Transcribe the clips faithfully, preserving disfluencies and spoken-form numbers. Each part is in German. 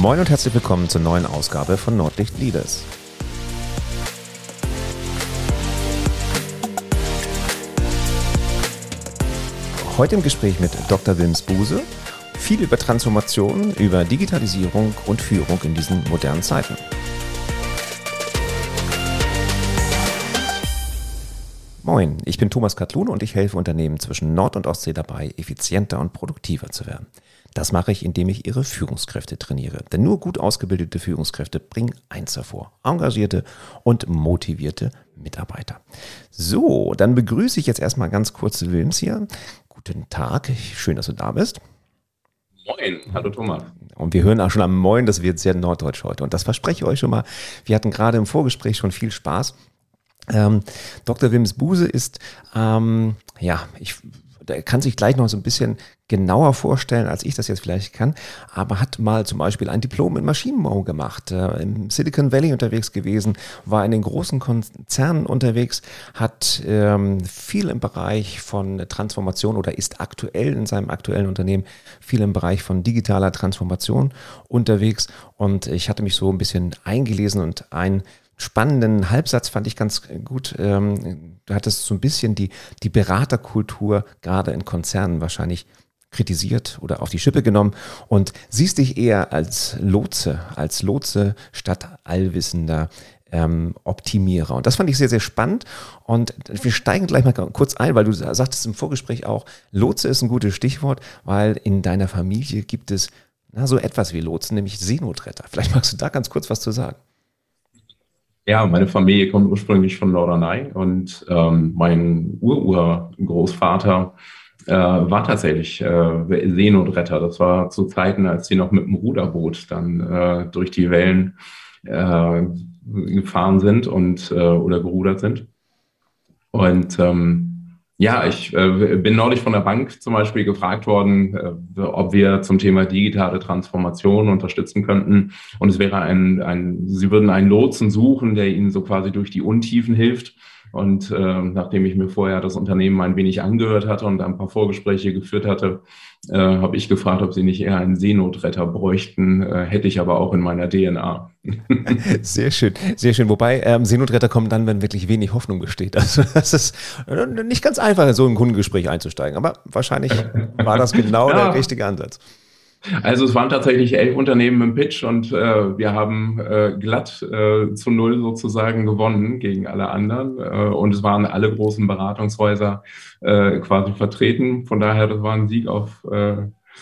Moin und herzlich willkommen zur neuen Ausgabe von Nordlicht Leaders. Heute im Gespräch mit Doktor Wim Sboose, viel über Transformation, über Digitalisierung und Führung in diesen modernen Zeiten. Moin, ich bin Thomas Katlun und ich helfe Unternehmen zwischen Nord- und Ostsee dabei, effizienter und produktiver zu werden. Das mache ich, indem ich ihre Führungskräfte trainiere. Denn nur gut ausgebildete Führungskräfte bringen eins hervor: engagierte und motivierte Mitarbeiter. So, dann begrüße ich jetzt erstmal ganz kurz Wilms hier. Guten Tag, schön, dass du da bist. Moin, hallo Thomas. Und wir hören auch schon am Moin, das wird sehr norddeutsch heute. Und das verspreche ich euch schon mal. Wir hatten gerade im Vorgespräch schon viel Spaß. Ähm, Doktor Wim Sboose ist, ähm, ja, ich, der kann sich gleich noch so ein bisschen genauer vorstellen, als ich das jetzt vielleicht kann, aber hat mal zum Beispiel ein Diplom in Maschinenbau gemacht, äh, im Silicon Valley unterwegs gewesen, war in den großen Konzernen unterwegs, hat ähm, viel im Bereich von Transformation oder ist aktuell in seinem aktuellen Unternehmen viel im Bereich von digitaler Transformation unterwegs, und ich hatte mich so ein bisschen eingelesen und ein spannenden Halbsatz fand ich ganz gut. Ähm, du hattest so ein bisschen die, die Beraterkultur gerade in Konzernen wahrscheinlich kritisiert oder auf die Schippe genommen und siehst dich eher als Lotse, als Lotse statt allwissender ähm, Optimierer. Und das fand ich sehr, sehr spannend. Und wir steigen gleich mal kurz ein, weil du sagtest im Vorgespräch auch, Lotse ist ein gutes Stichwort, weil in deiner Familie gibt es na, so etwas wie Lotsen, nämlich Seenotretter. Vielleicht magst du da ganz kurz was zu sagen. Ja, meine Familie kommt ursprünglich von Norderney und ähm, mein Ururgroßvater äh, war tatsächlich äh, Seenotretter. Das war zu Zeiten, als sie noch mit dem Ruderboot dann äh, durch die Wellen äh, gefahren sind und äh, oder gerudert sind. Und ähm, ja, ich äh, bin neulich von der Bank zum Beispiel gefragt worden, äh, ob wir zum Thema digitale Transformation unterstützen könnten. Und es wäre ein, ein, sie würden einen Lotsen suchen, der ihnen so quasi durch die Untiefen hilft. Und äh, nachdem ich mir vorher das Unternehmen ein wenig angehört hatte und ein paar Vorgespräche geführt hatte, äh, habe ich gefragt, ob sie nicht eher einen Seenotretter bräuchten. Äh, hätte ich aber auch in meiner D N A. Sehr schön, sehr schön. Wobei ähm, Seenotretter kommen dann, wenn wirklich wenig Hoffnung besteht. Also das ist nicht ganz einfach, in so ein Kundengespräch einzusteigen. Aber wahrscheinlich war das genau ja. der richtige Ansatz. Also es waren tatsächlich elf Unternehmen im Pitch und äh, wir haben äh, glatt äh, zu null sozusagen gewonnen gegen alle anderen. Äh, und es waren alle großen Beratungshäuser äh, quasi vertreten. Von daher, das war ein Sieg auf... Äh,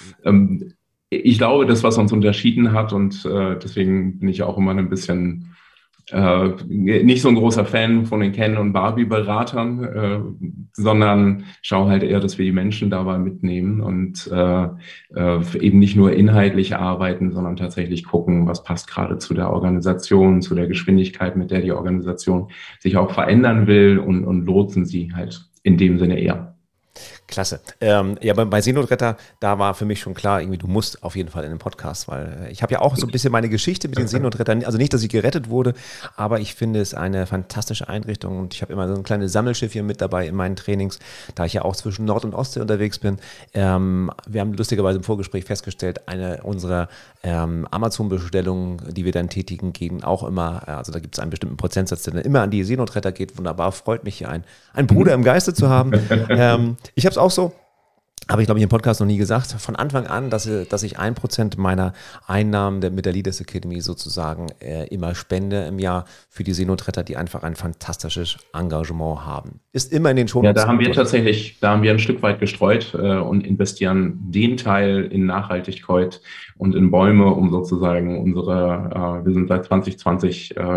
ähm, ich glaube, das, was uns unterschieden hat, und äh, deswegen bin ich auch immer ein bisschen... Äh, nicht so ein großer Fan von den Ken- und Barbie-Beratern, äh, sondern schaue halt eher, dass wir die Menschen dabei mitnehmen und äh, äh, eben nicht nur inhaltlich arbeiten, sondern tatsächlich gucken, was passt gerade zu der Organisation, zu der Geschwindigkeit, mit der die Organisation sich auch verändern will, und, und lotsen sie halt in dem Sinne eher. Klasse. Ähm, ja, bei, bei Seenotretter, da war für mich schon klar, irgendwie, du musst auf jeden Fall in den Podcast, weil ich habe ja auch so ein bisschen meine Geschichte mit den Seenotrettern, also nicht, dass ich gerettet wurde, aber ich finde es eine fantastische Einrichtung, und ich habe immer so ein kleines Sammelschiff hier mit dabei in meinen Trainings, da ich ja auch zwischen Nord- und Ostsee unterwegs bin. Ähm, wir haben lustigerweise im Vorgespräch festgestellt, eine unserer ähm, Amazon-Bestellungen, die wir dann tätigen, gehen auch immer, also da gibt es einen bestimmten Prozentsatz, der dann immer an die Seenotretter geht. Wunderbar, freut mich hier ein, ein Bruder im Geiste zu haben. ähm, ich habe es auch so, habe ich glaube ich im Podcast noch nie gesagt, von Anfang an, dass, dass ich ein Prozent meiner Einnahmen der, mit der Leaders Academy sozusagen äh, immer spende im Jahr für die Seenotretter, die einfach ein fantastisches Engagement haben. Ist immer in den Shownotes. Ja, da haben wir tatsächlich, da haben wir ein Stück weit gestreut äh, und investieren den Teil in Nachhaltigkeit und in Bäume, um sozusagen unsere, äh, wir sind seit zwanzig zwanzig äh,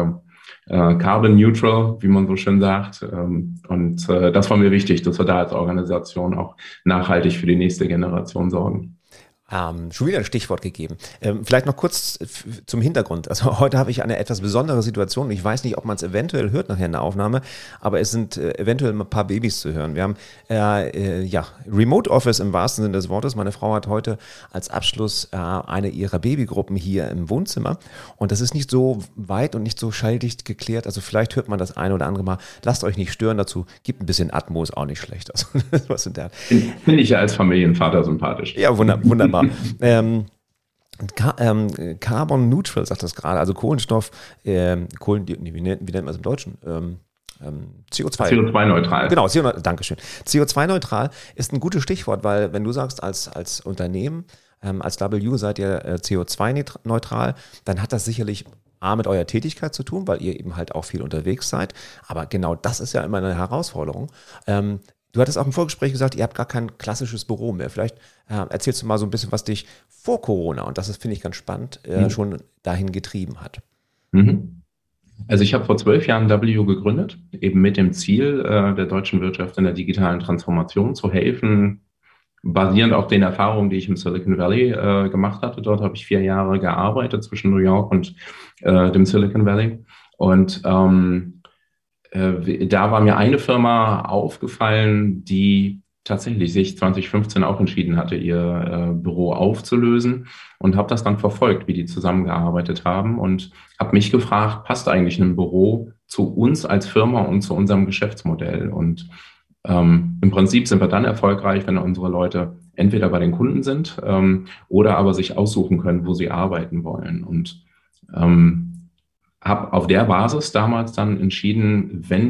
Carbon Neutral, wie man so schön sagt. Und das war mir wichtig, dass wir da als Organisation auch nachhaltig für die nächste Generation sorgen. Ähm, schon wieder ein Stichwort gegeben. Ähm, vielleicht noch kurz f- zum Hintergrund. Also heute habe ich eine etwas besondere Situation. Ich weiß nicht, ob man es eventuell hört nachher in der Aufnahme, aber es sind äh, eventuell ein paar Babys zu hören. Wir haben äh, äh, ja Remote Office im wahrsten Sinne des Wortes. Meine Frau hat heute als Abschluss äh, eine ihrer Babygruppen hier im Wohnzimmer, und das ist nicht so weit und nicht so schalldicht geklärt. Also vielleicht hört man das eine oder andere Mal. Lasst euch nicht stören dazu. Gibt ein bisschen Atmos, auch nicht schlecht. Also, was in der Finde ich ja als Familienvater sympathisch. Ja, wunderbar. wunderbar. ähm, Ca ähm, Carbon Neutral, sagt das gerade, also Kohlenstoff, ähm, Kohlen, wie, wie nennt man es im Deutschen? Ähm, ähm, C O zwei. C O zwei neutral. Genau, C O zwei, Dankeschön. C O zwei neutral ist ein gutes Stichwort, weil wenn du sagst, als, als Unternehmen, ähm, als W seid ihr äh, C O zwei neutral, dann hat das sicherlich A mit eurer Tätigkeit zu tun, weil ihr eben halt auch viel unterwegs seid. Aber genau das ist ja immer eine Herausforderung. Ähm, Du hattest auch im Vorgespräch gesagt, ihr habt gar kein klassisches Büro mehr. Vielleicht äh, erzählst du mal so ein bisschen, was dich vor Corona, und das ist, finde ich, ganz spannend, äh, Mhm. schon dahin getrieben hat. Mhm. Also ich habe vor zwölf Jahren W gegründet, eben mit dem Ziel, äh, der deutschen Wirtschaft in der digitalen Transformation zu helfen, basierend auf den Erfahrungen, die ich im Silicon Valley äh, gemacht hatte. Dort habe ich vier Jahre gearbeitet zwischen New York und äh, dem Silicon Valley. Und ähm, äh, da war mir eine Firma aufgefallen, die tatsächlich sich zwanzig fünfzehn auch entschieden hatte, ihr äh, Büro aufzulösen, und habe das dann verfolgt, wie die zusammengearbeitet haben, und habe mich gefragt, passt eigentlich ein Büro zu uns als Firma und zu unserem Geschäftsmodell? Und ähm, im Prinzip sind wir dann erfolgreich, wenn unsere Leute entweder bei den Kunden sind ähm, oder aber sich aussuchen können, wo sie arbeiten wollen. Und ähm, habe auf der Basis damals dann entschieden, wenn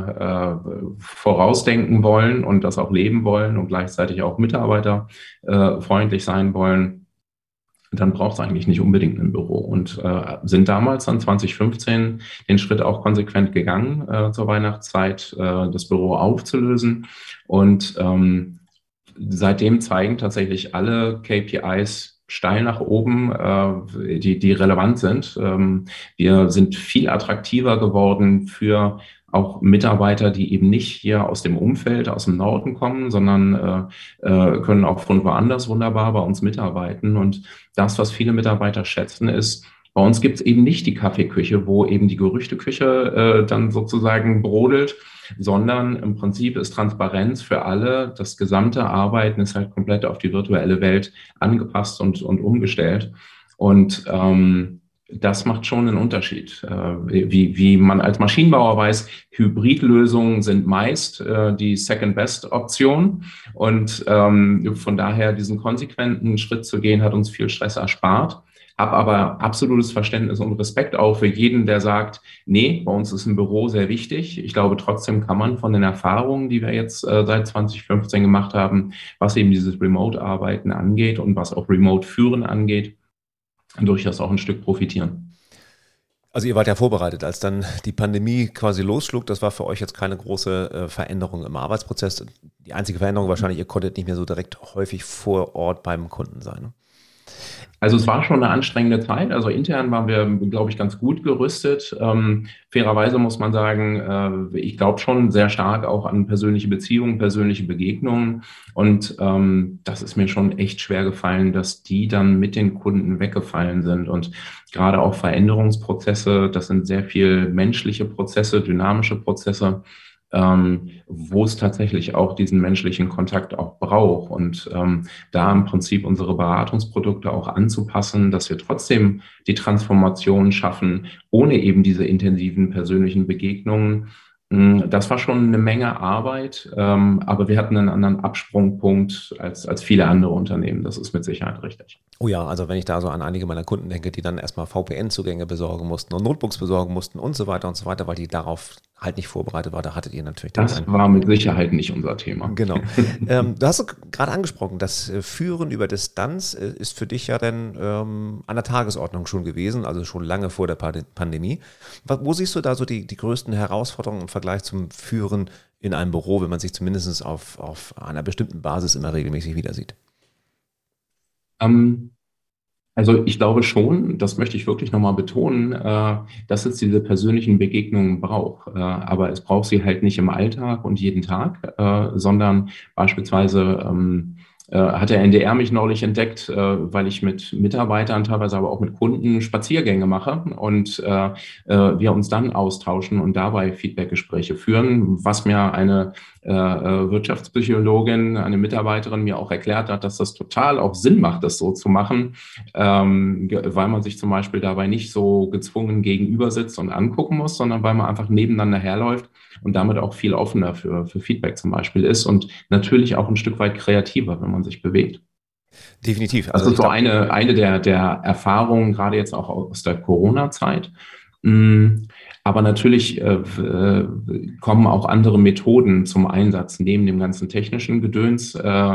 wir äh, vorausdenken wollen und das auch leben wollen und gleichzeitig auch mitarbeiterfreundlich äh, sein wollen, dann braucht es eigentlich nicht unbedingt ein Büro. Und äh, sind damals dann zwanzig fünfzehn den Schritt auch konsequent gegangen, äh, zur Weihnachtszeit äh, das Büro aufzulösen. Und ähm, seitdem zeigen tatsächlich alle K P Is steil nach oben, äh, die, die relevant sind. Ähm, wir sind viel attraktiver geworden für auch Mitarbeiter, die eben nicht hier aus dem Umfeld, aus dem Norden kommen, sondern äh, äh, können auch von woanders wunderbar bei uns mitarbeiten. Und das, was viele Mitarbeiter schätzen, ist, bei uns gibt es eben nicht die Kaffeeküche, wo eben die Gerüchteküche äh, dann sozusagen brodelt, sondern im Prinzip ist Transparenz für alle. Das gesamte Arbeiten ist halt komplett auf die virtuelle Welt angepasst und, und umgestellt. Und ähm, das macht schon einen Unterschied. Äh, wie, wie man als Maschinenbauer weiß, Hybridlösungen sind meist äh, die Second-Best-Option. Und ähm, von daher diesen konsequenten Schritt zu gehen, hat uns viel Stress erspart. Habe aber absolutes Verständnis und Respekt auch für jeden, der sagt, nee, bei uns ist ein Büro sehr wichtig. Ich glaube, trotzdem kann man von den Erfahrungen, die wir jetzt äh, seit zwanzig fünfzehn gemacht haben, was eben dieses Remote-Arbeiten angeht und was auch Remote-Führen angeht, durchaus auch ein Stück profitieren. Also ihr wart ja vorbereitet, als dann die Pandemie quasi losschlug. Das war für euch jetzt keine große äh, Veränderung im Arbeitsprozess. Die einzige Veränderung wahrscheinlich, ihr konntet nicht mehr so direkt häufig vor Ort beim Kunden sein, ne? Also es war schon eine anstrengende Zeit. Also intern waren wir, glaube ich, ganz gut gerüstet. Ähm, fairerweise muss man sagen, äh, ich glaube schon sehr stark auch an persönliche Beziehungen, persönliche Begegnungen. Und ähm, das ist mir schon echt schwer gefallen, dass die dann mit den Kunden weggefallen sind. Und gerade auch Veränderungsprozesse, das sind sehr viel menschliche Prozesse, dynamische Prozesse, ähm, wo es tatsächlich auch diesen menschlichen Kontakt auch braucht. Und ähm, da im Prinzip unsere Beratungsprodukte auch anzupassen, dass wir trotzdem die Transformation schaffen, ohne eben diese intensiven persönlichen Begegnungen. Das war schon eine Menge Arbeit, ähm, aber wir hatten einen anderen Absprungpunkt als, als viele andere Unternehmen. Das ist mit Sicherheit richtig. Oh ja, also wenn ich da so an einige meiner Kunden denke, die dann erstmal V P N-Zugänge besorgen mussten und Notebooks besorgen mussten und so weiter und so weiter, weil die darauf halt nicht vorbereitet war, da hattet ihr natürlich dann Das ein. war mit Sicherheit nicht unser Thema. Genau. ähm, du hast gerade angesprochen, das äh, Führen über Distanz äh, ist für dich ja dann ähm, an der Tagesordnung schon gewesen, also schon lange vor der Pand- Pandemie. Wo, wo siehst du da so die, die größten Herausforderungen im Vergleich zum Führen in einem Büro, wenn man sich zumindest auf, auf einer bestimmten Basis immer regelmäßig wieder sieht? Ähm, Also ich glaube schon, das möchte ich wirklich nochmal betonen, äh, dass es diese persönlichen Begegnungen braucht. Äh, aber es braucht sie halt nicht im Alltag und jeden Tag, äh, sondern beispielsweise ähm, äh, hat der N D R mich neulich entdeckt, äh, weil ich mit Mitarbeitern, teilweise aber auch mit Kunden Spaziergänge mache und äh, äh, wir uns dann austauschen und dabei Feedbackgespräche führen, was mir eine äh, Wirtschaftspsychologin, eine Mitarbeiterin mir auch erklärt hat, dass das total auch Sinn macht, das so zu machen, ähm, weil man sich zum Beispiel dabei nicht so gezwungen gegenüber sitzt und angucken muss, sondern weil man einfach nebeneinander herläuft und damit auch viel offener für, für Feedback zum Beispiel ist und natürlich auch ein Stück weit kreativer, wenn man sich bewegt. Definitiv. Das Also ist ich so glaube, eine, eine der, der Erfahrungen, gerade jetzt auch aus der Corona-Zeit. Mm, Aber natürlich äh, äh, kommen auch andere Methoden zum Einsatz. Neben dem ganzen technischen Gedöns äh,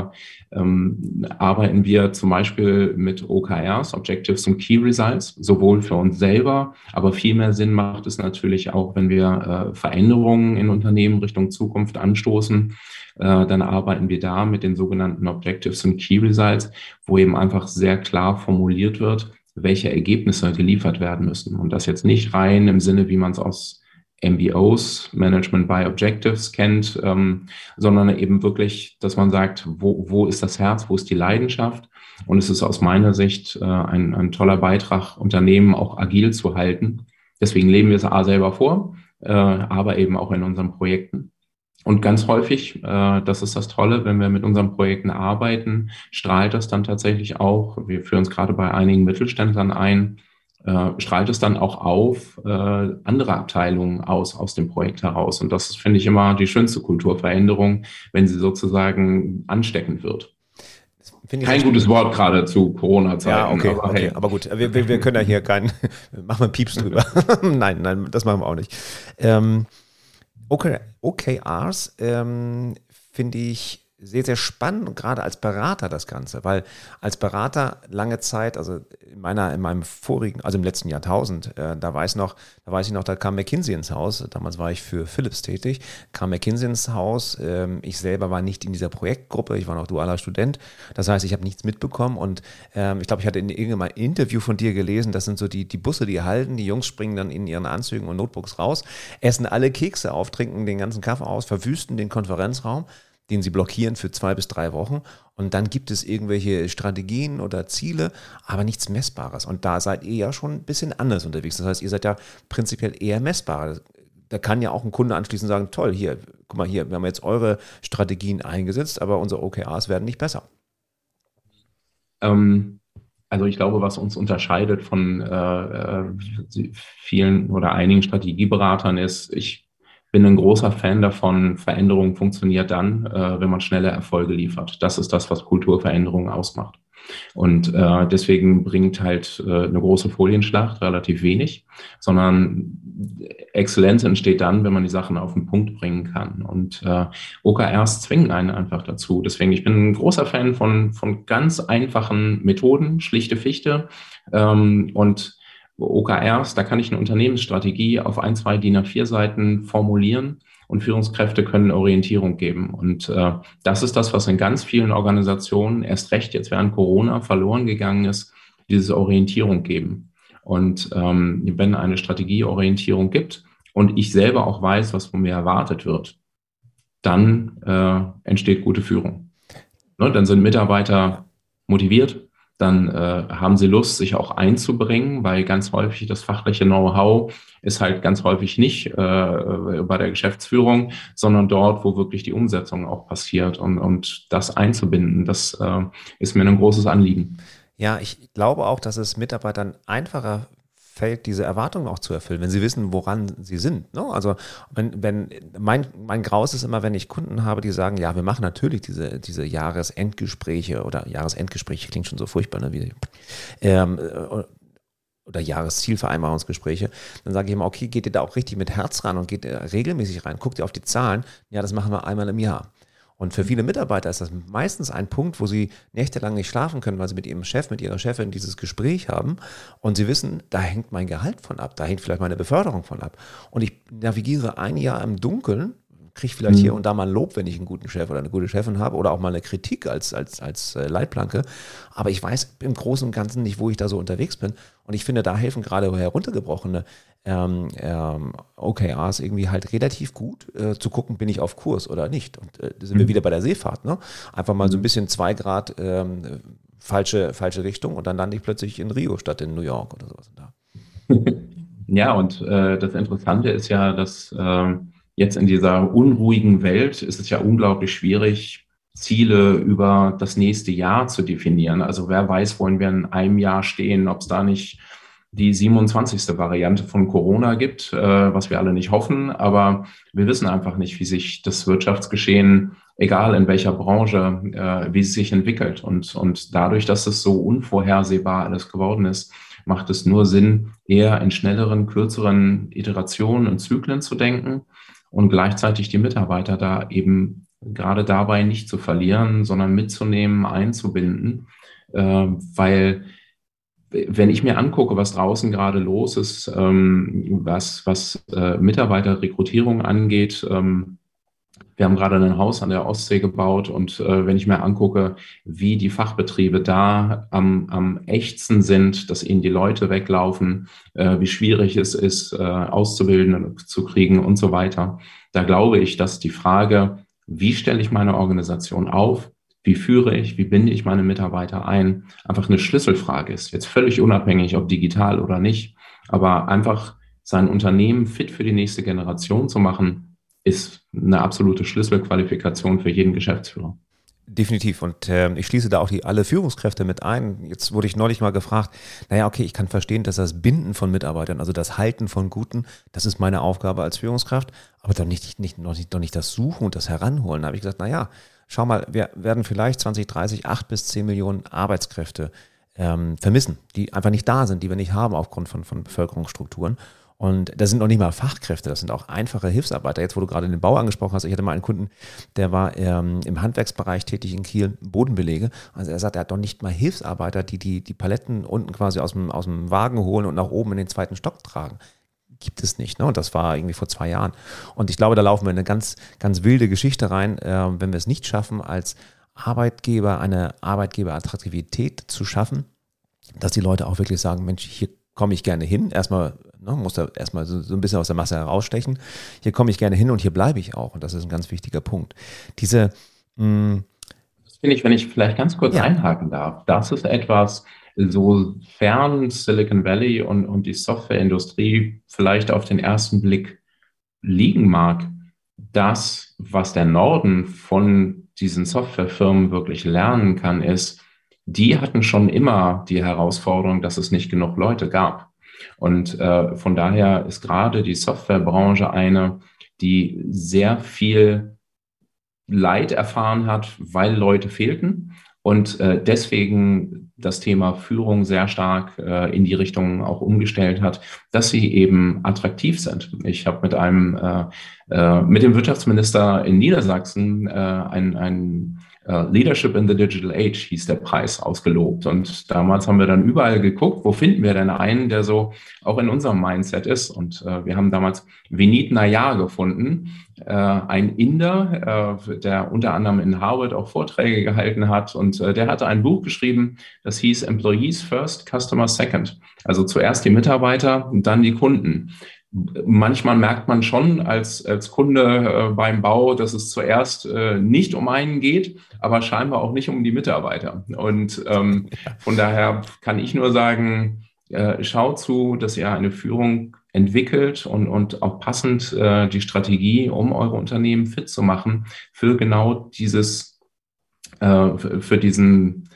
ähm, arbeiten wir zum Beispiel mit O K Rs, Objectives und Key Results, sowohl für uns selber, aber viel mehr Sinn macht es natürlich auch, wenn wir äh, Veränderungen in Unternehmen Richtung Zukunft anstoßen. Äh, dann arbeiten wir da mit den sogenannten Objectives und Key Results, wo eben einfach sehr klar formuliert wird, welche Ergebnisse geliefert werden müssen. Und das jetzt nicht rein im Sinne, wie man es aus M B Os, Management by Objectives, kennt, ähm, sondern eben wirklich, dass man sagt, wo, wo ist das Herz, wo ist die Leidenschaft? Und es ist aus meiner Sicht äh, ein, ein toller Beitrag, Unternehmen auch agil zu halten. Deswegen leben wir es A selber vor, äh, aber eben auch in unseren Projekten. Und ganz häufig, äh, das ist das Tolle, wenn wir mit unseren Projekten arbeiten, strahlt das dann tatsächlich auch, wir führen uns gerade bei einigen Mittelständlern ein, äh, strahlt es dann auch auf äh, andere Abteilungen aus, aus dem Projekt heraus. Und das ist, finde ich, immer die schönste Kulturveränderung, wenn sie sozusagen ansteckend wird. finde ich Kein sehr, gutes Wort gerade zu ja, Corona-Zeiten, okay, aber okay, hey. aber gut, wir, wir, wir können ja hier keinen, machen wir einen Pieps drüber. Nein, nein, das machen wir auch nicht. Ähm, okay, O K Rs ähm, finde ich sehr, sehr spannend und gerade als Berater das Ganze, weil als Berater lange Zeit, also in meiner, in meinem vorigen, also im letzten Jahrtausend, äh, da weiß noch, da weiß ich noch, da kam McKinsey ins Haus, damals war ich für Philips tätig, kam McKinsey ins Haus, ähm, ich selber war nicht in dieser Projektgruppe, ich war noch dualer Student, das heißt, ich habe nichts mitbekommen und ähm, ich glaube, ich hatte in irgendeinem Interview von dir gelesen, das sind so die, die Busse, die halten, die Jungs springen dann in ihren Anzügen und Notebooks raus, essen alle Kekse auf, trinken den ganzen Kaffee aus, verwüsten den Konferenzraum, den sie blockieren für zwei bis drei Wochen. Und dann gibt es irgendwelche Strategien oder Ziele, aber nichts Messbares. Und da seid ihr ja schon ein bisschen anders unterwegs. Das heißt, ihr seid ja prinzipiell eher messbar. Da kann ja auch ein Kunde anschließend sagen, toll, hier, guck mal hier, wir haben jetzt eure Strategien eingesetzt, aber unsere O K Rs werden nicht besser. Ähm, also ich glaube, was uns unterscheidet von äh, äh, vielen oder einigen Strategieberatern ist, ich bin ein großer Fan davon, Veränderung funktioniert dann, äh, wenn man schnelle Erfolge liefert. Das ist das, was Kulturveränderung ausmacht. Und äh, deswegen bringt halt äh, eine große Folienschlacht relativ wenig, sondern Exzellenz entsteht dann, wenn man die Sachen auf den Punkt bringen kann. Und äh, O K Rs zwingen einen einfach dazu. Deswegen, ich bin ein großer Fan von, von ganz einfachen Methoden, schlichte Fichte. Ähm, und O K Rs, da kann ich eine Unternehmensstrategie auf ein, zwei D I N A vier Seiten formulieren und Führungskräfte können Orientierung geben. Und äh, das ist das, was in ganz vielen Organisationen erst recht jetzt während Corona verloren gegangen ist, diese Orientierung geben. Und ähm, wenn eine Strategieorientierung gibt und ich selber auch weiß, was von mir erwartet wird, dann äh, entsteht gute Führung. Ne? Dann sind Mitarbeiter motiviert, dann äh, haben sie Lust, sich auch einzubringen, weil ganz häufig das fachliche Know-how ist halt ganz häufig nicht äh, bei der Geschäftsführung, sondern dort, wo wirklich die Umsetzung auch passiert. Und, und das einzubinden, das äh, ist mir ein großes Anliegen. Ja, ich glaube auch, dass es Mitarbeitern einfacher fällt, diese Erwartungen auch zu erfüllen, wenn sie wissen, woran sie sind. Ne? Also wenn, wenn mein, mein Graus ist immer, wenn ich Kunden habe, die sagen, ja, wir machen natürlich diese, diese Jahresendgespräche oder Jahresendgespräche, klingt schon so furchtbar, ne? Wie, ähm, oder Jahreszielvereinbarungsgespräche, dann sage ich immer, okay, geht ihr da auch richtig mit Herz ran und geht ihr regelmäßig rein, guckt ihr auf die Zahlen, ja, das machen wir einmal im Jahr. Und für viele Mitarbeiter ist das meistens ein Punkt, wo sie nächtelang nicht schlafen können, weil sie mit ihrem Chef, mit ihrer Chefin dieses Gespräch haben und sie wissen, da hängt mein Gehalt von ab, da hängt vielleicht meine Beförderung von ab. Und ich navigiere ein Jahr im Dunkeln, kriege vielleicht mhm. hier und da mal ein Lob, wenn ich einen guten Chef oder eine gute Chefin habe oder auch mal eine Kritik als, als, als Leitplanke. Aber ich weiß im Großen und Ganzen nicht, wo ich da so unterwegs bin. Und ich finde, da helfen gerade heruntergebrochene ähm, ähm, O K Rs irgendwie halt relativ gut äh, zu gucken, bin ich auf Kurs oder nicht. Und äh, da sind mhm. wir wieder bei der Seefahrt. Ne? Einfach mal so ein bisschen zwei Grad ähm, falsche, falsche Richtung und dann lande ich plötzlich in Rio statt in New York oder sowas. Ja, und äh, das Interessante ist ja, dass äh, jetzt in dieser unruhigen Welt ist es ja unglaublich schwierig, Ziele über das nächste Jahr zu definieren. Also wer weiß, wollen wir in einem Jahr stehen, ob es da nicht die siebenundzwanzigste Variante von Corona gibt, äh, was wir alle nicht hoffen. Aber wir wissen einfach nicht, wie sich das Wirtschaftsgeschehen egal in welcher Branche, äh, wie es sich entwickelt. Und, und dadurch, dass es so unvorhersehbar alles geworden ist, macht es nur Sinn, eher in schnelleren, kürzeren Iterationen und Zyklen zu denken und gleichzeitig die Mitarbeiter da eben gerade dabei nicht zu verlieren, sondern mitzunehmen, einzubinden, äh, weil wenn ich mir angucke, was draußen gerade los ist, ähm, was, was äh, Mitarbeiterrekrutierung angeht, ähm, wir haben gerade ein Haus an der Ostsee gebaut und äh, wenn ich mir angucke, wie die Fachbetriebe da am, am ächzen sind, dass ihnen die Leute weglaufen, äh, wie schwierig es ist, äh, Auszubildende zu kriegen und so weiter, da glaube ich, dass die Frage, wie stelle ich meine Organisation auf, wie führe ich, wie binde ich meine Mitarbeiter ein, einfach eine Schlüsselfrage ist. Jetzt völlig unabhängig, ob digital oder nicht, aber einfach sein Unternehmen fit für die nächste Generation zu machen, ist eine absolute Schlüsselqualifikation für jeden Geschäftsführer. Definitiv. Und äh, ich schließe da auch die, alle Führungskräfte mit ein. Jetzt wurde ich neulich mal gefragt, naja, okay, ich kann verstehen, dass das Binden von Mitarbeitern, also das Halten von Guten, das ist meine Aufgabe als Führungskraft, aber doch nicht, nicht, noch nicht, doch nicht das Suchen und das Heranholen. Da habe ich gesagt, naja, schau mal, wir werden vielleicht zwanzig dreißig acht bis zehn Millionen Arbeitskräfte ähm, vermissen, die einfach nicht da sind, die wir nicht haben aufgrund von, von Bevölkerungsstrukturen. Und das sind noch nicht mal Fachkräfte, das sind auch einfache Hilfsarbeiter. Jetzt, wo du gerade den Bau angesprochen hast, ich hatte mal einen Kunden, der war ähm, im Handwerksbereich tätig in Kiel, Bodenbelege. Also er sagt, er hat doch nicht mal Hilfsarbeiter, die die, die Paletten unten quasi aus dem, aus dem Wagen holen und nach oben in den zweiten Stock tragen. Gibt es nicht, ne? Und das war irgendwie vor zwei Jahren. Und ich glaube, da laufen wir in eine ganz, ganz wilde Geschichte rein, äh, wenn wir es nicht schaffen, als Arbeitgeber eine Arbeitgeberattraktivität zu schaffen, dass die Leute auch wirklich sagen, Mensch, hier komme ich gerne hin. Erstmal, ne, muss da erstmal so, so ein bisschen aus der Masse herausstechen. Hier komme ich gerne hin und hier bleibe ich auch. Und das ist ein ganz wichtiger Punkt. Diese, mh, Das finde ich, wenn ich vielleicht ganz kurz ja, einhaken darf, das ist etwas, sofern Silicon Valley und, und die Softwareindustrie vielleicht auf den ersten Blick liegen mag, das, was der Norden von diesen Softwarefirmen wirklich lernen kann, ist, die hatten schon immer die Herausforderung, dass es nicht genug Leute gab. Und äh, von daher ist gerade die Softwarebranche eine, die sehr viel Leid erfahren hat, weil Leute fehlten und äh, deswegen das Thema Führung sehr stark äh, in die Richtung auch umgestellt hat, dass sie eben attraktiv sind. Ich habe mit einem äh, äh, mit dem Wirtschaftsminister in Niedersachsen äh, ein, ein Uh, Leadership in the Digital Age hieß der Preis ausgelobt. Und damals haben wir dann überall geguckt, wo finden wir denn einen, der so auch in unserem Mindset ist. Und uh, wir haben damals Vineet Nayar gefunden, uh, ein Inder, uh, der unter anderem in Harvard auch Vorträge gehalten hat. Und uh, der hatte ein Buch geschrieben, das hieß Employees First, Customer Second. Also zuerst die Mitarbeiter und dann die Kunden. Manchmal merkt man schon als, als Kunde äh, beim Bau, dass es zuerst äh, nicht um einen geht, aber scheinbar auch nicht um die Mitarbeiter. Und ähm, von daher kann ich nur sagen, äh, schaut zu, dass ihr eine Führung entwickelt und, und auch passend äh, die Strategie, um eure Unternehmen fit zu machen, für genau dieses, äh, für diesen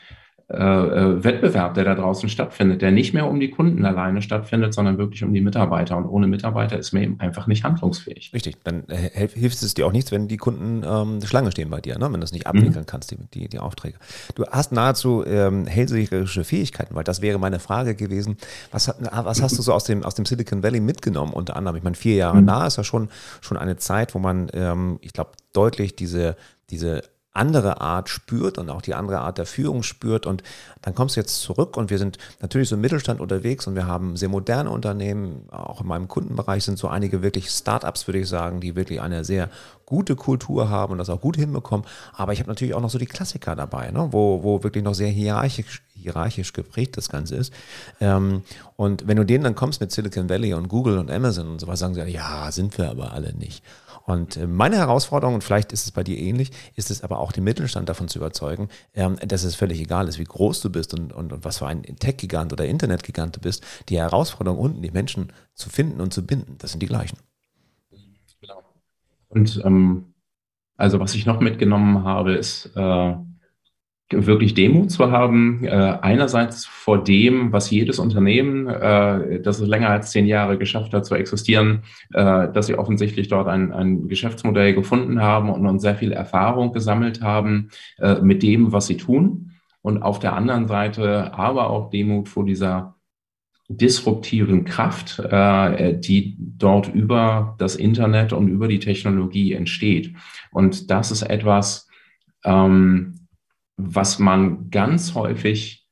äh, Wettbewerb, der da draußen stattfindet, der nicht mehr um die Kunden alleine stattfindet, sondern wirklich um die Mitarbeiter. Und ohne Mitarbeiter ist man eben einfach nicht handlungsfähig. richtig. Dann äh, hilft es dir auch nichts, wenn die Kunden ähm, Schlange stehen bei dir, ne? Wenn du das nicht abwickeln Mhm. kannst, die, die, die Aufträge. Du hast nahezu ähm, hellseherische Fähigkeiten, weil das wäre meine Frage gewesen. Was, was hast du so aus dem, aus dem Silicon Valley mitgenommen unter anderem? Ich meine, vier Jahre Mhm. nah ist ja schon, schon eine Zeit, wo man, ähm, ich glaube, deutlich diese, diese andere Art spürt und auch die andere Art der Führung spürt und dann kommst du jetzt zurück und wir sind natürlich so im Mittelstand unterwegs und wir haben sehr moderne Unternehmen, auch in meinem Kundenbereich sind so einige wirklich Startups, würde ich sagen, die wirklich eine sehr gute Kultur haben und das auch gut hinbekommen, aber ich habe natürlich auch noch so die Klassiker dabei, ne? wo, wo wirklich noch sehr hierarchisch, hierarchisch geprägt das Ganze ist ähm, und wenn du denen dann kommst mit Silicon Valley und Google und Amazon und sowas, sagen sie, ja, sind wir aber alle nicht. Und meine Herausforderung, und vielleicht ist es bei dir ähnlich, ist es aber auch den Mittelstand davon zu überzeugen, ähm, dass es völlig egal ist, wie groß du bist und, und, und was für ein Tech-Gigant oder Internet-Gigant du bist. Die Herausforderung unten, die Menschen zu finden und zu binden, das sind die gleichen. Genau. Und ähm, also was ich noch mitgenommen habe, ist, äh, wirklich Demut zu haben, äh, einerseits vor dem, was jedes Unternehmen, äh, das es länger als zehn Jahre geschafft hat zu existieren, äh, dass sie offensichtlich dort ein, ein Geschäftsmodell gefunden haben und, und sehr viel Erfahrung gesammelt haben äh, mit dem, was sie tun. Und auf der anderen Seite aber auch Demut vor dieser disruptiven Kraft, äh, die dort über das Internet und über die Technologie entsteht. Und das ist etwas, ähm, was man ganz häufig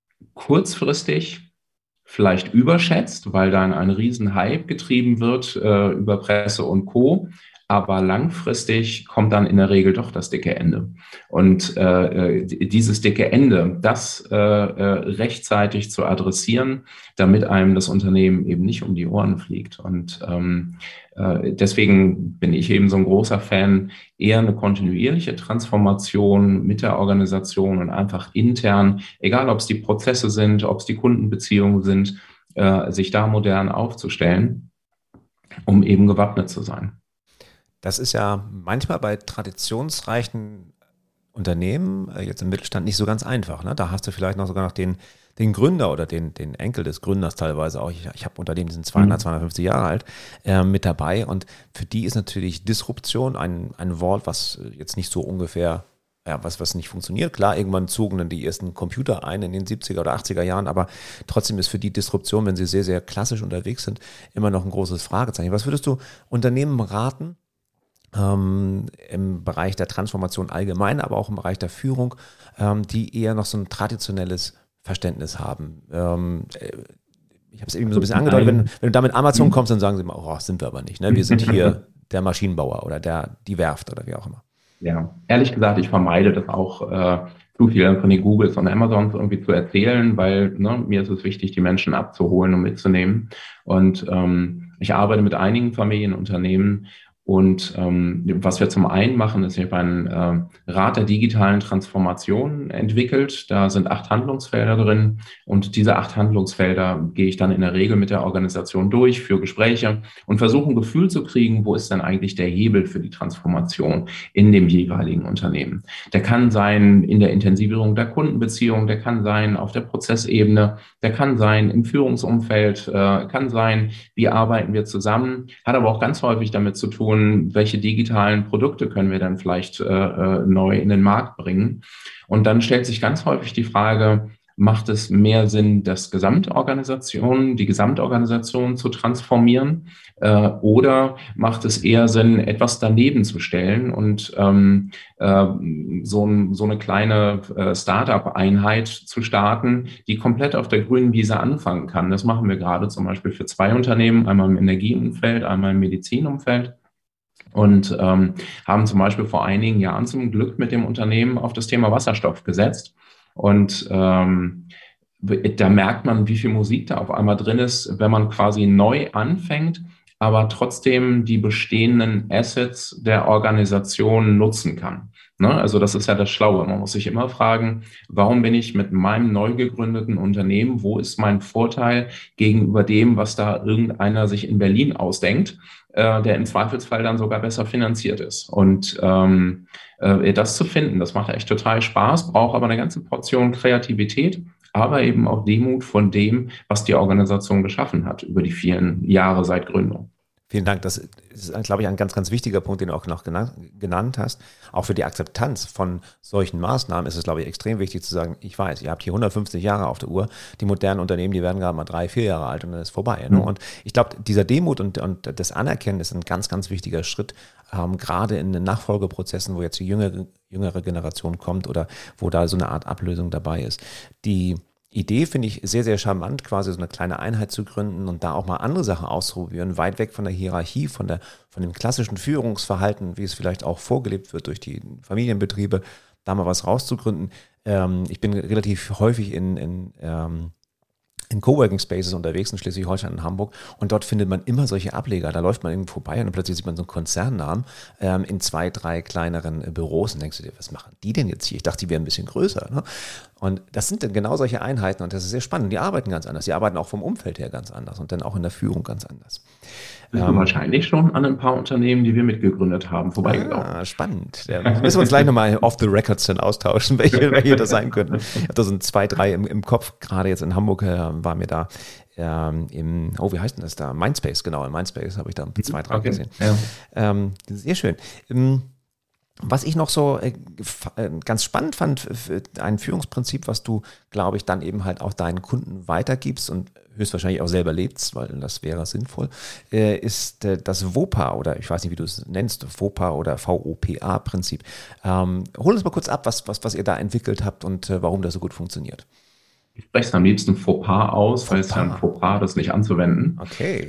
kurzfristig vielleicht überschätzt, weil dann ein Riesenhype getrieben wird äh, über Presse und Co. Aber langfristig kommt dann in der Regel doch das dicke Ende. Und äh, dieses dicke Ende, das äh, äh, rechtzeitig zu adressieren, damit einem das Unternehmen eben nicht um die Ohren fliegt. Und ähm, äh, deswegen bin ich eben so ein großer Fan, eher eine kontinuierliche Transformation mit der Organisation und einfach intern, egal ob es die Prozesse sind, ob es die Kundenbeziehungen sind, äh, sich da modern aufzustellen, um eben gewappnet zu sein. Das ist ja manchmal bei traditionsreichen Unternehmen, jetzt im Mittelstand, nicht so ganz einfach. Ne? Da hast du vielleicht noch sogar noch den, den Gründer oder den, den Enkel des Gründers teilweise auch. Ich, ich habe Unternehmen, die sind zweihundert, mhm. zweihundertfünfzig Jahre alt, äh, mit dabei. Und für die ist natürlich Disruption ein, ein Wort, was jetzt nicht so ungefähr, ja, was, was nicht funktioniert. Klar, irgendwann zogen dann die ersten Computer ein in den siebziger oder achtziger Jahren, aber trotzdem ist für die Disruption, wenn sie sehr, sehr klassisch unterwegs sind, immer noch ein großes Fragezeichen. Was würdest du Unternehmen raten, Ähm, im Bereich der Transformation allgemein, aber auch im Bereich der Führung, ähm, die eher noch so ein traditionelles Verständnis haben? Ähm, ich habe es eben so ein bisschen angedeutet, wenn, wenn du da mit Amazon kommst, dann sagen sie immer, oh, sind wir aber nicht. Ne? Wir sind hier der Maschinenbauer oder der, die Werft oder wie auch immer. Ja, ehrlich gesagt, ich vermeide das auch, äh, zu viel von den Googles und Amazons irgendwie zu erzählen, weil ne, mir ist es wichtig, die Menschen abzuholen und mitzunehmen. Und ähm, ich arbeite mit einigen Familienunternehmen. Und ähm, was wir zum einen machen, ist, ich habe einen äh, Rat der digitalen Transformation entwickelt. Da sind acht Handlungsfelder drin. Und diese acht Handlungsfelder gehe ich dann in der Regel mit der Organisation durch, für Gespräche und versuche ein Gefühl zu kriegen, wo ist denn eigentlich der Hebel für die Transformation in dem jeweiligen Unternehmen. Der kann sein in der Intensivierung der Kundenbeziehung, der kann sein auf der Prozessebene, der kann sein im Führungsumfeld, äh, kann sein, wie arbeiten wir zusammen, hat aber auch ganz häufig damit zu tun, welche digitalen Produkte können wir dann vielleicht äh, neu in den Markt bringen. Und dann stellt sich ganz häufig die Frage, macht es mehr Sinn, das Gesamtorganisation, die Gesamtorganisation zu transformieren äh, oder macht es eher Sinn, etwas daneben zu stellen und ähm, äh, so, ein, so eine kleine äh, Startup-Einheit zu starten, die komplett auf der grünen Wiese anfangen kann. Das machen wir gerade zum Beispiel für zwei Unternehmen, einmal im Energieumfeld, einmal im Medizinumfeld. Und ähm, haben zum Beispiel vor einigen Jahren zum Glück mit dem Unternehmen auf das Thema Wasserstoff gesetzt. Und ähm, da merkt man, wie viel Musik da auf einmal drin ist, wenn man quasi neu anfängt, aber trotzdem die bestehenden Assets der Organisation nutzen kann. Ne? Also das ist ja das Schlaue. Man muss sich immer fragen, warum bin ich mit meinem neu gegründeten Unternehmen, wo ist mein Vorteil gegenüber dem, was da irgendeiner sich in Berlin ausdenkt, äh, der im Zweifelsfall dann sogar besser finanziert ist. Und ähm, äh, das zu finden, das macht echt total Spaß, braucht aber eine ganze Portion Kreativität, aber eben auch Demut von dem, was die Organisation geschaffen hat über die vielen Jahre seit Gründung. Vielen Dank. Das ist, glaube ich, ein ganz, ganz wichtiger Punkt, den du auch noch genannt, genannt hast. Auch für die Akzeptanz von solchen Maßnahmen ist es, glaube ich, extrem wichtig zu sagen, ich weiß, ihr habt hier hundertfünfzig Jahre auf der Uhr. Die modernen Unternehmen, die werden gerade mal drei, vier Jahre alt und dann ist vorbei. Mhm. Ne? Und ich glaube, dieser Demut und, und das Anerkennen ist ein ganz, ganz wichtiger Schritt, ähm, gerade in den Nachfolgeprozessen, wo jetzt die jüngere, jüngere Generation kommt oder wo da so eine Art Ablösung dabei ist. Die Idee finde ich sehr, sehr charmant, quasi so eine kleine Einheit zu gründen und da auch mal andere Sachen auszuprobieren, weit weg von der Hierarchie, von der, von dem klassischen Führungsverhalten, wie es vielleicht auch vorgelebt wird durch die Familienbetriebe, da mal was rauszugründen. Ähm, ich bin relativ häufig in, in ähm, in Coworking Spaces unterwegs in Schleswig-Holstein und Hamburg und dort findet man immer solche Ableger. Da läuft man irgendwo vorbei und dann plötzlich sieht man so einen Konzernnamen ähm, in zwei, drei kleineren äh, Büros und denkst du dir, was machen die denn jetzt hier? Ich dachte, die wären ein bisschen größer. Ne? Und das sind dann genau solche Einheiten und das ist sehr spannend. Die arbeiten ganz anders. Die arbeiten auch vom Umfeld her ganz anders und dann auch in der Führung ganz anders. bist du Ähm, wahrscheinlich schon an ein paar Unternehmen, die wir mitgegründet haben, vorbeigelaufen. Ah, spannend. Ja, müssen wir uns gleich nochmal off the records dann austauschen, welche, welche das sein könnten. Ich habe da so ein zwei, drei im, im Kopf, gerade jetzt in Hamburg äh, war mir da ähm, im, oh, wie heißt denn das da? Mindspace, genau, in Mindspace habe ich da zwei, drei Okay. gesehen. Ja. Ähm, sehr schön. Ähm, Was ich noch so äh, äh, ganz spannend fand, ein Führungsprinzip, was du, glaube ich, dann eben halt auch deinen Kunden weitergibst und höchstwahrscheinlich auch selber lebst, weil das wäre sinnvoll, äh, ist äh, das VOPA oder ich weiß nicht, wie du es nennst, VOPA oder V O P A-Prinzip. Ähm, hol uns mal kurz ab, was, was, was ihr da entwickelt habt und äh, warum das so gut funktioniert. Ich spreche es am liebsten Fauxpas aus, weil es ja ein Fauxpas. Fauxpas, das nicht anzuwenden. Okay,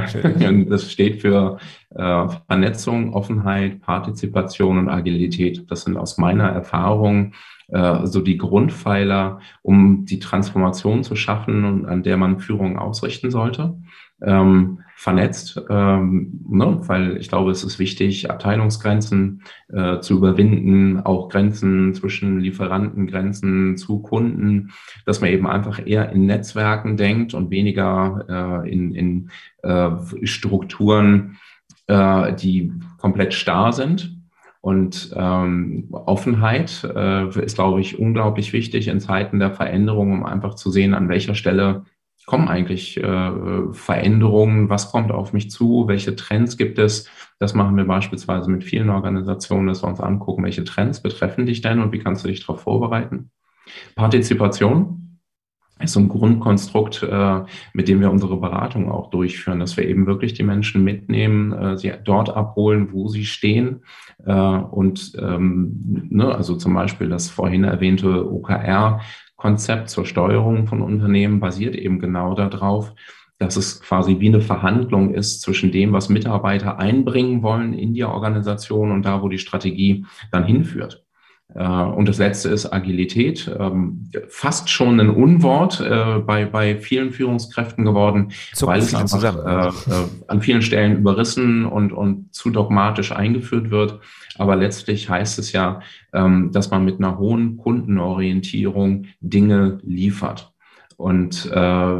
Äh, das steht für äh, Vernetzung, Offenheit, Partizipation und Agilität. Das sind aus meiner Erfahrung äh, so die Grundpfeiler, um die Transformation zu schaffen und an der man Führung ausrichten sollte. Ähm, vernetzt, ähm, ne? Weil ich glaube, es ist wichtig, Abteilungsgrenzen äh, zu überwinden, auch Grenzen zwischen Lieferanten, Grenzen zu Kunden, dass man eben einfach eher in Netzwerken denkt und weniger äh, in, in äh, Strukturen, äh, die komplett starr sind. Und ähm, Offenheit äh, ist, glaube ich, unglaublich wichtig in Zeiten der Veränderung, um einfach zu sehen, an welcher Stelle kommen eigentlich äh, Veränderungen, was kommt auf mich zu, welche Trends gibt es. Das machen wir beispielsweise mit vielen Organisationen, dass wir uns angucken, welche Trends betreffen dich denn und wie kannst du dich darauf vorbereiten. Partizipation ist so ein Grundkonstrukt, äh, mit dem wir unsere Beratung auch durchführen, dass wir eben wirklich die Menschen mitnehmen, äh, sie dort abholen, wo sie stehen. Äh, und ähm, ne, also zum Beispiel das vorhin erwähnte O K R-Konzept zur Steuerung von Unternehmen basiert eben genau darauf, dass es quasi wie eine Verhandlung ist zwischen dem, was Mitarbeiter einbringen wollen in die Organisation und da, wo die Strategie dann hinführt. Und das letzte ist Agilität, fast schon ein Unwort bei, bei vielen Führungskräften geworden, zucken weil es viele einfach zusammen. äh, an vielen Stellen überrissen und, und zu dogmatisch eingeführt wird. Aber letztlich heißt es ja, dass man mit einer hohen Kundenorientierung Dinge liefert. Und äh,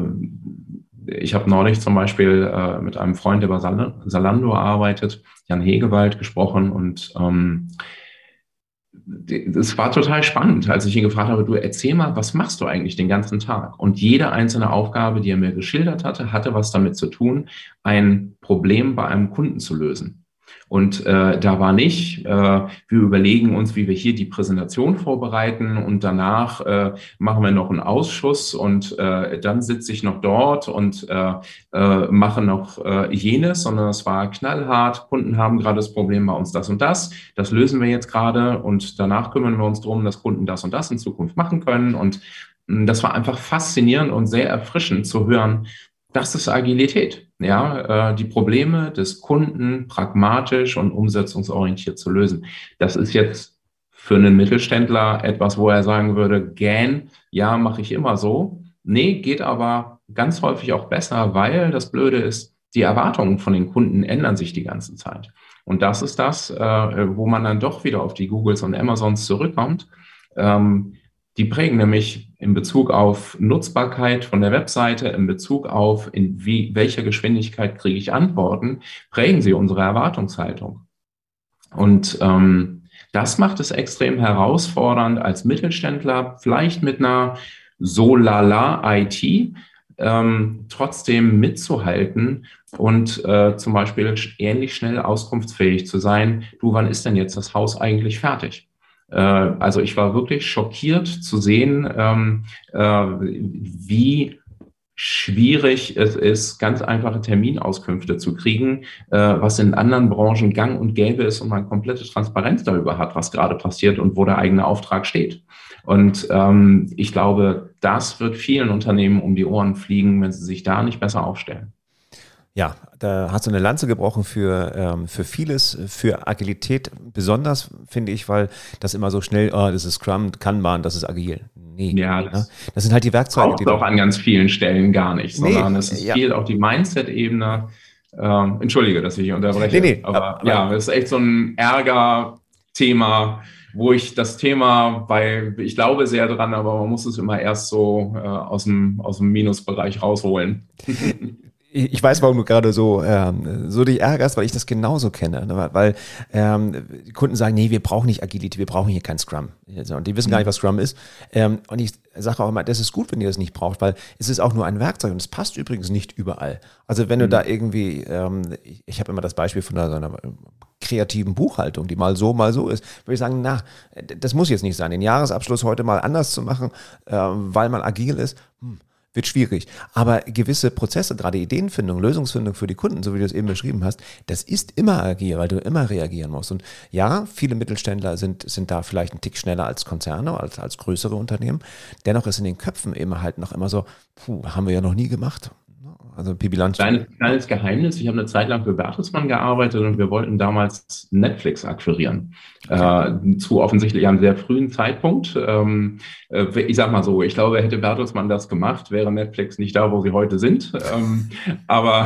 ich habe neulich zum Beispiel äh, mit einem Freund, der bei Zalando arbeitet, Jan Hegewald, gesprochen und ähm, es war total spannend, als ich ihn gefragt habe, du erzähl mal, was machst du eigentlich den ganzen Tag? Und jede einzelne Aufgabe, die er mir geschildert hatte, hatte was damit zu tun, ein Problem bei einem Kunden zu lösen. Und äh, da war nicht, äh, wir überlegen uns, wie wir hier die Präsentation vorbereiten und danach äh, machen wir noch einen Ausschuss und äh, dann sitze ich noch dort und äh, äh, mache noch äh, jenes, sondern es war knallhart. Kunden haben gerade das Problem bei uns das und das. Das lösen wir jetzt gerade und danach kümmern wir uns darum, dass Kunden das und das in Zukunft machen können. Und mh, das war einfach faszinierend und sehr erfrischend zu hören. Das ist Agilität, ja, äh, die Probleme des Kunden pragmatisch und umsetzungsorientiert zu lösen. Das ist jetzt für einen Mittelständler etwas, wo er sagen würde, gähn, ja, mache ich immer so. Nee, geht aber ganz häufig auch besser, weil das Blöde ist, die Erwartungen von den Kunden ändern sich die ganze Zeit. Und das ist das, äh, wo man dann doch wieder auf die Googles und Amazons zurückkommt. Ähm, Die prägen nämlich in Bezug auf Nutzbarkeit von der Webseite, in Bezug auf in wie, welcher Geschwindigkeit kriege ich Antworten, prägen sie unsere Erwartungshaltung. Und ähm, das macht es extrem herausfordernd als Mittelständler, vielleicht mit einer so lala I T, ähm, trotzdem mitzuhalten und äh, zum Beispiel ähnlich schnell auskunftsfähig zu sein. Du, wann ist denn jetzt das Haus eigentlich fertig? Also ich war wirklich schockiert zu sehen, ähm, äh, wie schwierig es ist, ganz einfache Terminauskünfte zu kriegen, äh, was in anderen Branchen gang und gäbe ist und man komplette Transparenz darüber hat, was gerade passiert und wo der eigene Auftrag steht. Und ähm, ich glaube, das wird vielen Unternehmen um die Ohren fliegen, wenn sie sich da nicht besser aufstellen. Ja, da hast du eine Lanze gebrochen für, ähm, für vieles, für Agilität besonders, finde ich, weil das immer so schnell, oh, das ist Scrum, Kanban, das ist agil. Nee, Ja, ne? das Das sind halt die Werkzeuge, braucht die es auch du... an ganz vielen Stellen gar nicht, Nee, sondern es ist ja. viel auch die Mindset-Ebene. Ähm, entschuldige, dass ich hier unterbreche, Nee, nee, aber aber, ja, es ist echt so ein Ärger-Thema, wo ich das Thema, weil ich glaube sehr dran, aber man muss es immer erst so äh, aus dem, aus dem Minusbereich rausholen. Ich weiß, warum du gerade so, ähm, so dich ärgerst, weil ich das genauso kenne. Ne? Weil ähm, die Kunden sagen, nee, wir brauchen nicht Agility, wir brauchen hier kein Scrum. Und die wissen gar nicht, was Scrum ist. Ähm, und ich sage auch immer, das ist gut, wenn ihr das nicht braucht, weil es ist auch nur ein Werkzeug und es passt übrigens nicht überall. Also wenn du mhm. da irgendwie, ähm, ich, ich habe immer das Beispiel von einer, so einer kreativen Buchhaltung, die mal so, mal so ist, würde ich sagen, na, das muss jetzt nicht sein. Den Jahresabschluss heute mal anders zu machen, äh, weil man agil ist, hm, wird schwierig. Aber gewisse Prozesse, gerade Ideenfindung, Lösungsfindung für die Kunden, so wie du es eben beschrieben hast, das ist immer agil, weil du immer reagieren musst. Und ja, viele Mittelständler sind, sind da vielleicht einen Tick schneller als Konzerne, als, als größere Unternehmen. Dennoch ist in den Köpfen immer halt noch immer so, puh, haben wir ja noch nie gemacht. Also Pippi Langstrumpf. Kleines, kleines Geheimnis, ich habe eine Zeit lang für Bertelsmann gearbeitet und wir wollten damals Netflix akquirieren. Okay. Äh, zu offensichtlich einem sehr frühen Zeitpunkt. Ähm, äh, ich sag mal so, ich glaube, hätte Bertelsmann das gemacht, wäre Netflix nicht da, wo sie heute sind. Ähm, aber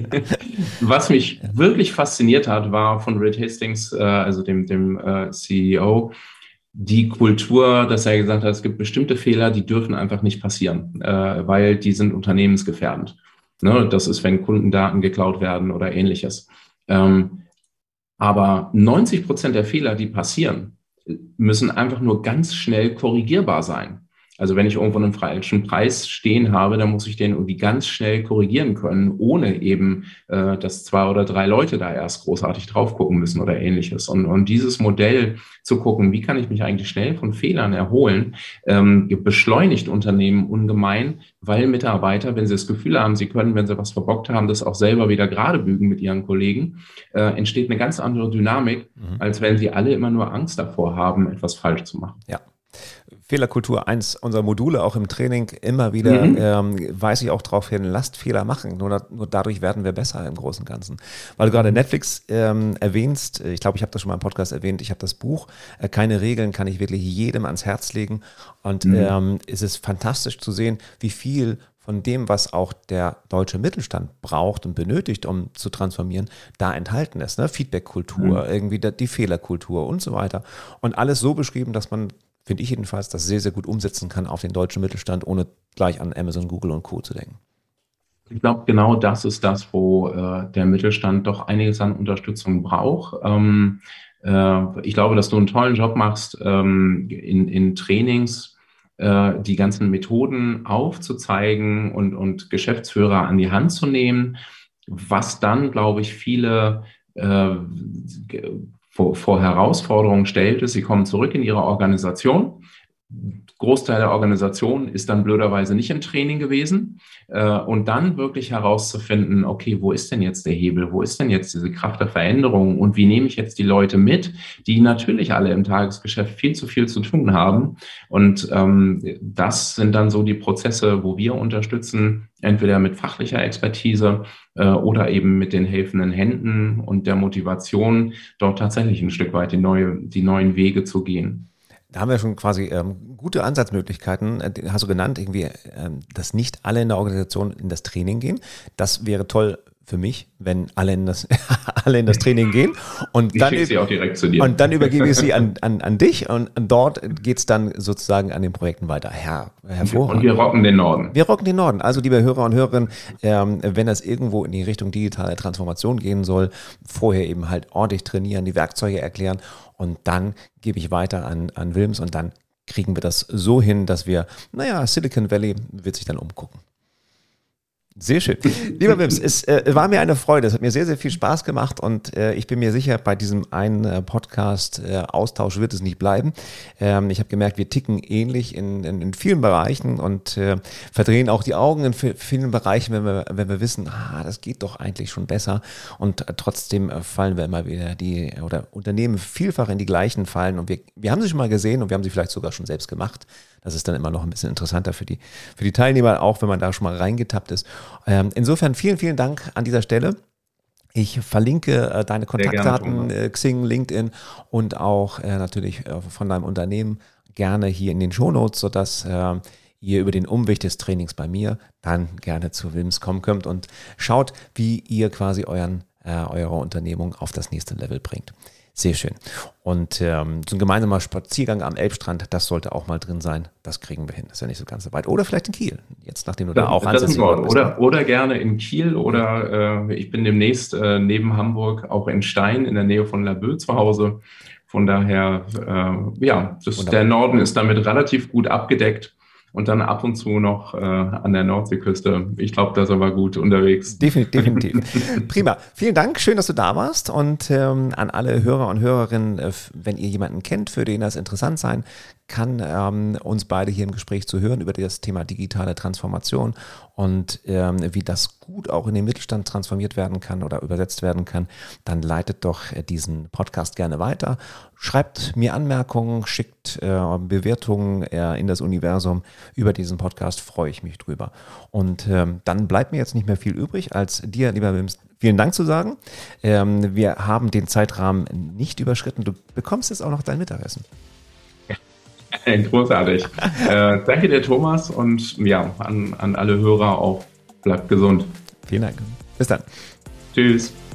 was mich wirklich fasziniert hat, war von Reed Hastings, äh, also dem, dem äh, C E O, die Kultur, dass er gesagt hat, es gibt bestimmte Fehler, die dürfen einfach nicht passieren, äh, weil die sind unternehmensgefährdend. Ne, das ist, wenn Kundendaten geklaut werden oder ähnliches. Ähm, aber neunzig Prozent der Fehler, die passieren, müssen einfach nur ganz schnell korrigierbar sein. Also wenn ich irgendwo einen falschen Preis stehen habe, dann muss ich den irgendwie ganz schnell korrigieren können, ohne eben, äh, dass zwei oder drei Leute da erst großartig drauf gucken müssen oder ähnliches. Und, und dieses Modell zu gucken, wie kann ich mich eigentlich schnell von Fehlern erholen, ähm, beschleunigt Unternehmen ungemein, weil Mitarbeiter, wenn sie das Gefühl haben, sie können, wenn sie was verbockt haben, das auch selber wieder gerade bügen mit ihren Kollegen, äh, entsteht eine ganz andere Dynamik, mhm. als wenn sie alle immer nur Angst davor haben, etwas falsch zu machen. Ja. Fehlerkultur, eins unserer Module auch im Training, immer wieder mhm. ähm, weise ich auch darauf hin, lasst Fehler machen, nur, da, nur dadurch werden wir besser im Großen und Ganzen. Weil du gerade Netflix ähm, erwähnst, ich glaube, ich habe das schon mal im Podcast erwähnt, ich habe das Buch, äh, keine Regeln, kann ich wirklich jedem ans Herz legen und mhm. ähm, es ist fantastisch zu sehen, wie viel von dem, was auch der deutsche Mittelstand braucht und benötigt, um zu transformieren, da enthalten ist. Ne? Feedback-Kultur, mhm. irgendwie die, die Fehlerkultur und so weiter. Und alles so beschrieben, dass man, finde ich jedenfalls, das sehr, sehr gut umsetzen kann auf den deutschen Mittelstand, ohne gleich an Amazon, Google und Co. zu denken. Ich glaube, genau das ist das, wo äh, der Mittelstand doch einiges an Unterstützung braucht. Ähm, äh, ich glaube, dass du einen tollen Job machst, ähm, in, in Trainings äh, die ganzen Methoden aufzuzeigen und, und Geschäftsführer an die Hand zu nehmen, was dann, glaube ich, viele äh, vor, vor Herausforderungen stellt, ist, sie kommen zurück in ihre Organisation. Großteil der Organisation ist dann blöderweise nicht im Training gewesen. Und dann wirklich herauszufinden, okay, wo ist denn jetzt der Hebel? Wo ist denn jetzt diese Kraft der Veränderung? Und wie nehme ich jetzt die Leute mit, die natürlich alle im Tagesgeschäft viel zu viel zu tun haben? Und ähm, das sind dann so die Prozesse, wo wir unterstützen, entweder mit fachlicher Expertise äh, oder eben mit den helfenden Händen und der Motivation, dort tatsächlich ein Stück weit die, neue, die neuen Wege zu gehen. Da haben wir schon quasi ähm, gute Ansatzmöglichkeiten, äh, hast du genannt, irgendwie, ähm, dass nicht alle in der Organisation in das Training gehen. Das wäre toll für mich, wenn alle in das, alle in das Training gehen. Und dann, ich sie auch direkt zu dir. Und dann übergebe ich sie an, an, an dich und dort geht es dann sozusagen an den Projekten weiter. Herr, hervorragend. Und wir rocken den Norden. Wir rocken den Norden. Also liebe Hörer und Hörerinnen, ähm, wenn das irgendwo in die Richtung digitale Transformation gehen soll, vorher eben halt ordentlich trainieren, die Werkzeuge erklären und dann gebe ich weiter an, an Wilms und dann kriegen wir das so hin, dass wir, naja, Silicon Valley wird sich dann umgucken. Sehr schön. Lieber Wilms, es äh, war mir eine Freude. Es hat mir sehr, sehr viel Spaß gemacht und äh, ich bin mir sicher, bei diesem einen äh, Podcast-Austausch äh, wird es nicht bleiben. Ähm, ich habe gemerkt, wir ticken ähnlich in, in, in vielen Bereichen und äh, verdrehen auch die Augen in vielen Bereichen, wenn wir, wenn wir wissen, ah, das geht doch eigentlich schon besser und äh, trotzdem äh, fallen wir immer wieder die, oder Unternehmen vielfach in die gleichen Fallen und wir, wir haben sie schon mal gesehen und wir haben sie vielleicht sogar schon selbst gemacht. Das ist dann immer noch ein bisschen interessanter für die, für die Teilnehmer, auch wenn man da schon mal reingetappt ist. Ähm, insofern vielen, vielen Dank an dieser Stelle. Ich verlinke äh, deine Kontaktdaten, äh, Xing, LinkedIn und auch äh, natürlich äh, von deinem Unternehmen gerne hier in den Shownotes, sodass äh, ihr über den Umweg des Trainings bei mir dann gerne zu Wilms kommen könnt und schaut, wie ihr quasi euren, äh, eure Unternehmung auf das nächste Level bringt. Sehr schön. Und ähm, so ein gemeinsamer Spaziergang am Elbstrand, das sollte auch mal drin sein. Das kriegen wir hin. Das ist ja nicht so ganz so weit. Oder vielleicht in Kiel, jetzt nachdem du da auch ansässig bist. Oder, oder gerne in Kiel oder äh, ich bin demnächst äh, neben Hamburg auch in Stein in der Nähe von Laboe zu Hause. Von daher, äh, ja, das, der Norden ist damit relativ gut abgedeckt. Und dann ab und zu noch äh, an der Nordseeküste. Ich glaube, da sind wir gut unterwegs. Definitiv, definitiv. Prima. Vielen Dank. Schön, dass du da warst. Und ähm, an alle Hörer und Hörerinnen, äh, wenn ihr jemanden kennt, für den das interessant sein kann, ähm, uns beide hier im Gespräch zu hören über das Thema digitale Transformation und ähm, wie das gut auch in den Mittelstand transformiert werden kann oder übersetzt werden kann, dann leitet doch äh, diesen Podcast gerne weiter. Schreibt mir Anmerkungen, schickt äh, Bewertungen äh, in das Universum über diesen Podcast, freue ich mich drüber. Und ähm, dann bleibt mir jetzt nicht mehr viel übrig, als dir, lieber Wims, vielen Dank zu sagen. Ähm, wir haben den Zeitrahmen nicht überschritten. Du bekommst jetzt auch noch dein Mittagessen. Großartig. äh, danke dir, Thomas, und ja, an, an alle Hörer auch. Bleibt gesund. Vielen Dank. Bis dann. Tschüss.